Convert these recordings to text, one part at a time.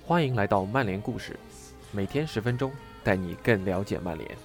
欢迎来到曼联故事，每天10分钟，带你更了解曼联。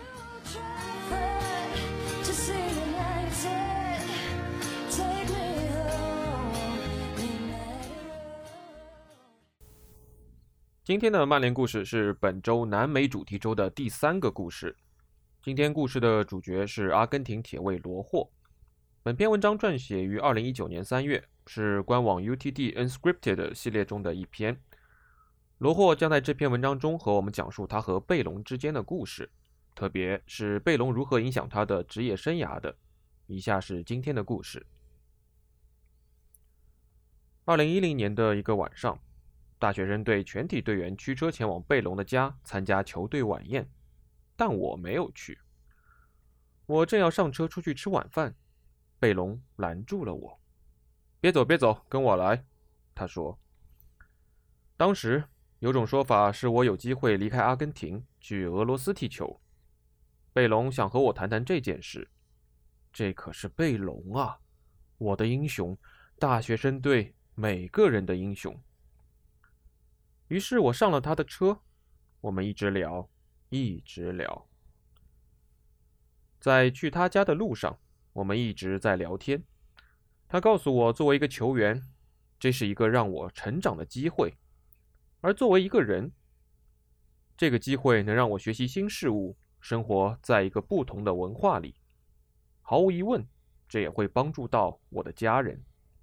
今天的曼联故事是本周南美主题周的第3个故事。今天故事的主角是阿根廷铁卫罗霍。本篇文章撰写于2019年3月，是官网 UTD Unscripted 系列中的一篇。罗霍将在这篇文章中和我们讲述他和贝隆之间的故事，特别是贝隆如何影响他的职业生涯的。以下是今天的故事。2010年的一个晚上，大学生队全体队员驱车前往贝隆的家参加球队晚宴，但我没有去。我正要上车出去吃晚饭，贝隆拦住了我。别走，跟我来，他说。当时有种说法是我有机会离开阿根廷去俄罗斯踢球。贝隆想和我谈谈这件事。这可是贝隆啊，我的英雄，大学生队每个人的英雄。于是我上了他的车，我们一直聊。在去他家的路上，我们一直在聊天。他告诉我，作为一个球员，这是一个让我成长的机会；而作为一个人，这个机会能让我学习新事物，生活在一个不同的文化里。毫无疑问，这也会帮助到我的家人。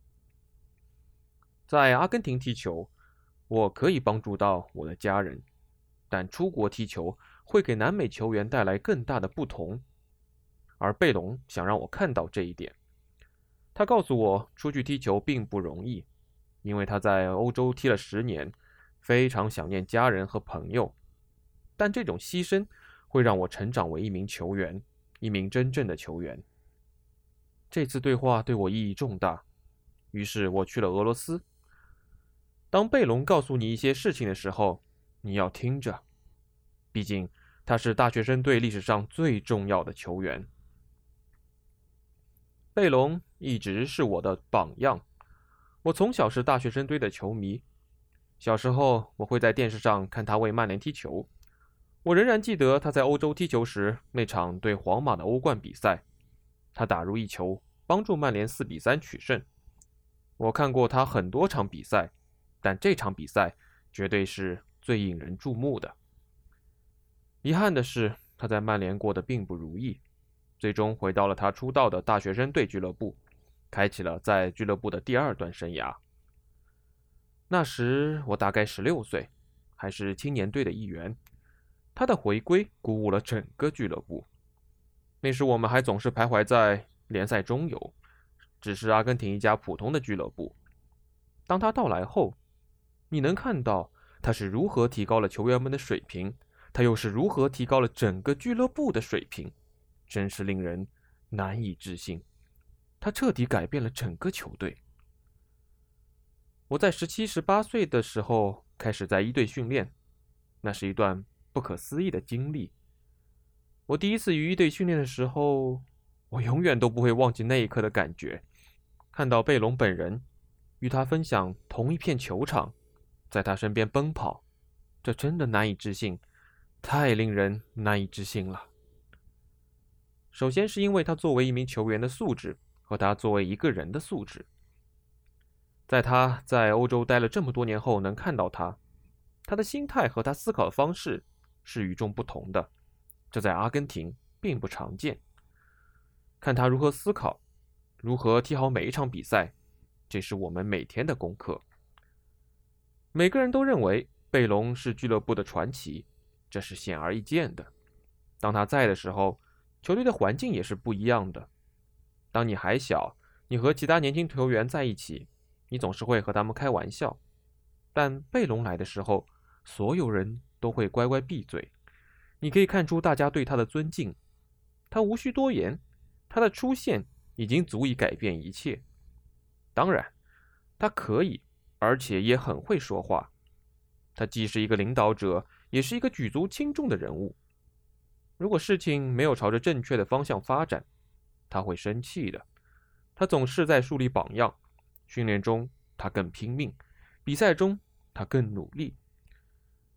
在阿根廷踢球，我可以帮助到我的家人，但出国踢球会给南美球员带来更大的不同。而贝隆想让我看到这一点。他告诉我，出去踢球并不容易，因为他在欧洲踢了10年，非常想念家人和朋友。但这种牺牲会让我成长为一名球员，一名真正的球员。这次对话对我意义重大，于是我去了俄罗斯。当贝隆告诉你一些事情的时候，你要听着，毕竟他是大学生队历史上最重要的球员。贝隆一直是我的榜样。我从小是大学生队的球迷。小时候，我会在电视上看他为曼联踢球。我仍然记得他在欧洲踢球时那场对皇马的欧冠比赛，他打入一球，帮助曼联4-3取胜。我看过他很多场比赛，但这场比赛绝对是最引人注目的。遗憾的是，他在曼联过得并不如意，最终回到了他出道的大学生队俱乐部，开启了在俱乐部的第2段生涯。那时我大概16岁，还是青年队的一员。他的回归鼓舞了整个俱乐部。那时我们还总是徘徊在联赛中游，只是阿根廷一家普通的俱乐部。当他到来后，你能看到他是如何提高了球员们的水平，他又是如何提高了整个俱乐部的水平，真是令人难以置信。他彻底改变了整个球队。我在17、18岁的时候开始在1队训练，那是一段不可思议的经历。我第一次与1队训练的时候，我永远都不会忘记那一刻的感觉。看到贝隆本人，与他分享同一片球场，在他身边奔跑，这真的难以置信，太令人难以置信了。首先是因为他作为一名球员的素质和他作为一个人的素质。在他在欧洲待了这么多年后，能看到他的心态和他思考的方式是与众不同的，这在阿根廷并不常见。看他如何思考，如何踢好每一场比赛，这是我们每天的功课。每个人都认为贝隆是俱乐部的传奇，这是显而易见的。当他在的时候，球队的环境也是不一样的。当你还小，你和其他年轻球员在一起，你总是会和他们开玩笑。但贝隆来的时候，所有人都会乖乖闭嘴。你可以看出大家对他的尊敬。他无需多言，他的出现已经足以改变一切。当然，他可以，而且也很会说话。他既是一个领导者，也是一个举足轻重的人物。如果事情没有朝着正确的方向发展，他会生气的。他总是在树立榜样。训练中他更拼命，比赛中他更努力，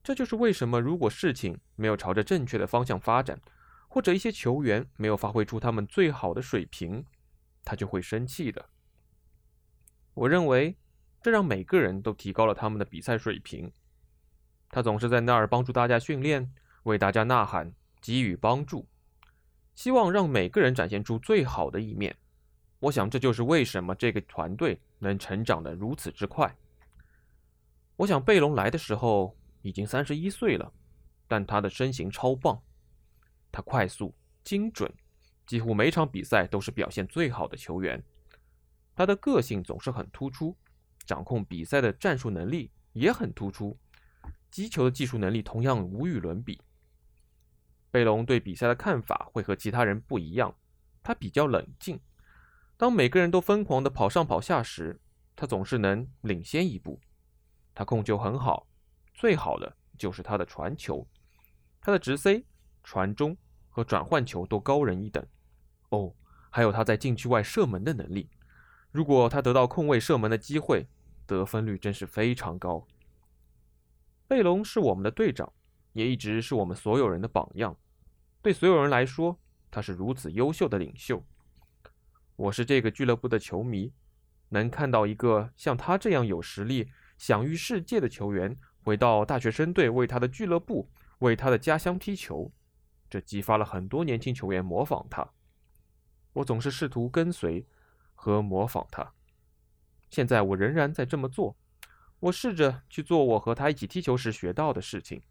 这就是为什么如果事情没有朝着正确的方向发展，或者一些球员没有发挥出他们最好的水平，他就会生气的。我认为这让每个人都提高了他们的比赛水平。他总是在那儿帮助大家训练，为大家呐喊，给予帮助，希望让每个人展现出最好的一面。我想这就是为什么这个团队能成长得如此之快。我想贝隆来的时候已经31岁了，但他的身形超棒，他快速、精准，几乎每场比赛都是表现最好的球员。他的个性总是很突出，掌控比赛的战术能力也很突出，击球的技术能力同样无与伦比。贝隆对比赛的看法会和其他人不一样，他比较冷静。当每个人都疯狂地跑上跑下时，他总是能领先一步。他控球很好，最好的就是他的传球，他的直塞、传中和转换球都高人一等。哦，还有他在禁区外射门的能力。如果他得到空位射门的机会，得分率真是非常高。贝隆是我们的队长，也一直是我们所有人的榜样。对所有人来说，他是如此优秀的领袖。我是这个俱乐部的球迷，能看到一个像他这样有实力、享誉世界的球员回到大学生队为他的俱乐部、为他的家乡踢球，这激发了很多年轻球员模仿他。我总是试图跟随和模仿他。现在我仍然在这么做，我试着去做我和他一起踢球时学到的事情。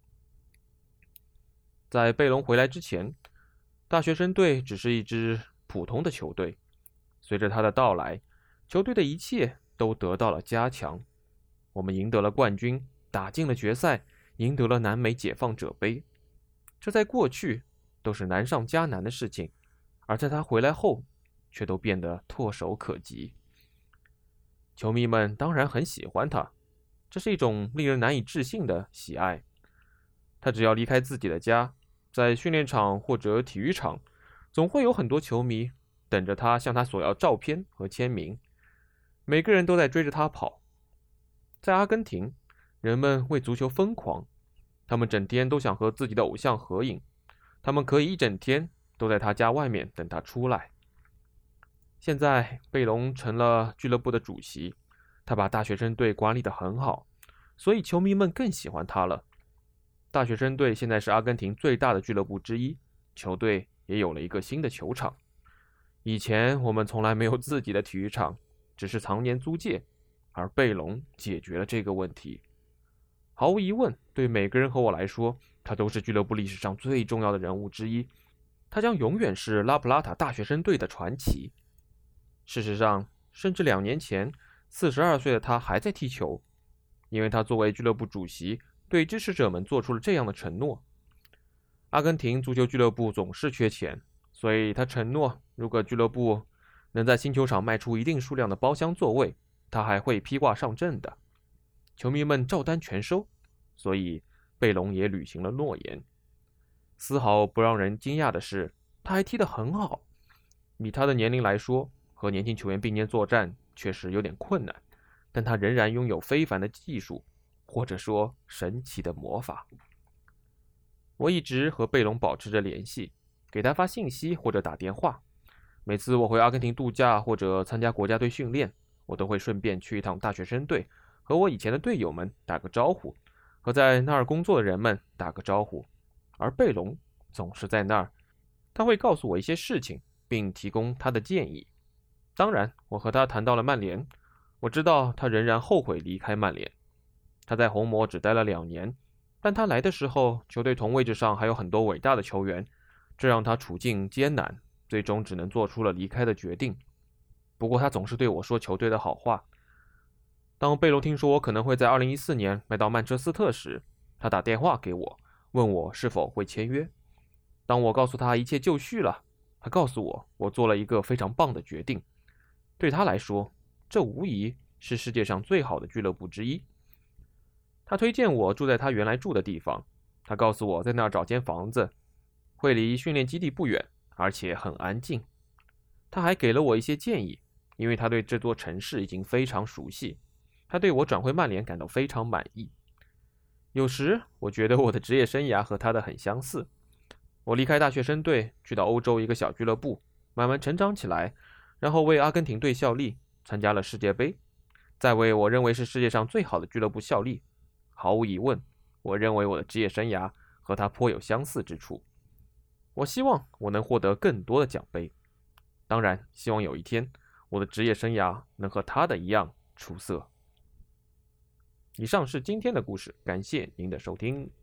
在贝隆回来之前，大学生队只是一支普通的球队。随着他的到来，球队的一切都得到了加强。我们赢得了冠军，打进了决赛，赢得了南美解放者杯。这在过去都是难上加难的事情，而在他回来后，却都变得唾手可及。球迷们当然很喜欢他，这是一种令人难以置信的喜爱。他只要离开自己的家，在训练场或者体育场，总会有很多球迷等着他向他索要照片和签名。每个人都在追着他跑。在阿根廷，人们为足球疯狂，他们整天都想和自己的偶像合影，他们可以一整天都在他家外面等他出来。现在贝隆成了俱乐部的主席，他把大学生队管理得很好，所以球迷们更喜欢他了。大学生队现在是阿根廷最大的俱乐部之一，球队也有了一个新的球场。以前我们从来没有自己的体育场，只是常年租借，而贝隆解决了这个问题。毫无疑问，对每个人和我来说，他都是俱乐部历史上最重要的人物之一。他将永远是拉普拉塔大学生队的传奇。事实上，甚至2年前，42岁的他还在踢球，因为他作为俱乐部主席，对支持者们做出了这样的承诺。阿根廷足球俱乐部总是缺钱，所以他承诺，如果俱乐部能在新球场卖出一定数量的包厢座位，他还会披挂上阵的。球迷们照单全收，所以贝隆也履行了诺言。丝毫不让人惊讶的是，他还踢得很好。以他的年龄来说，和年轻球员并肩作战确实有点困难，但他仍然拥有非凡的技术，或者说神奇的魔法。我一直和贝隆保持着联系，给他发信息或者打电话。每次我回阿根廷度假或者参加国家队训练，我都会顺便去一趟大学生队，和我以前的队友们打个招呼，和在那儿工作的人们打个招呼。而贝隆总是在那儿，他会告诉我一些事情，并提供他的建议。当然，我和他谈到了曼联，我知道他仍然后悔离开曼联。他在红魔只待了2年，但他来的时候，球队同位置上还有很多伟大的球员，这让他处境艰难，最终只能做出了离开的决定。不过他总是对我说球队的好话。当贝隆听说我可能会在2014年来到曼彻斯特时，他打电话给我，问我是否会签约。当我告诉他一切就绪了，他告诉我做了一个非常棒的决定。对他来说，这无疑是世界上最好的俱乐部之一。他推荐我住在他原来住的地方，他告诉我在那儿找间房子，会离训练基地不远，而且很安静。他还给了我一些建议，因为他对这座城市已经非常熟悉。他对我转会曼联感到非常满意。 有时我觉得我的职业生涯和他的很相似。我离开大学生队，去到欧洲一个小俱乐部，慢慢成长起来，然后为阿根廷队效力，参加了世界杯，再为我认为是世界上最好的俱乐部效力。毫无疑问，我认为我的职业生涯和他颇有相似之处。我希望我能获得更多的奖杯，当然，希望有一天我的职业生涯能和他的一样出色。以上是今天的故事，感谢您的收听。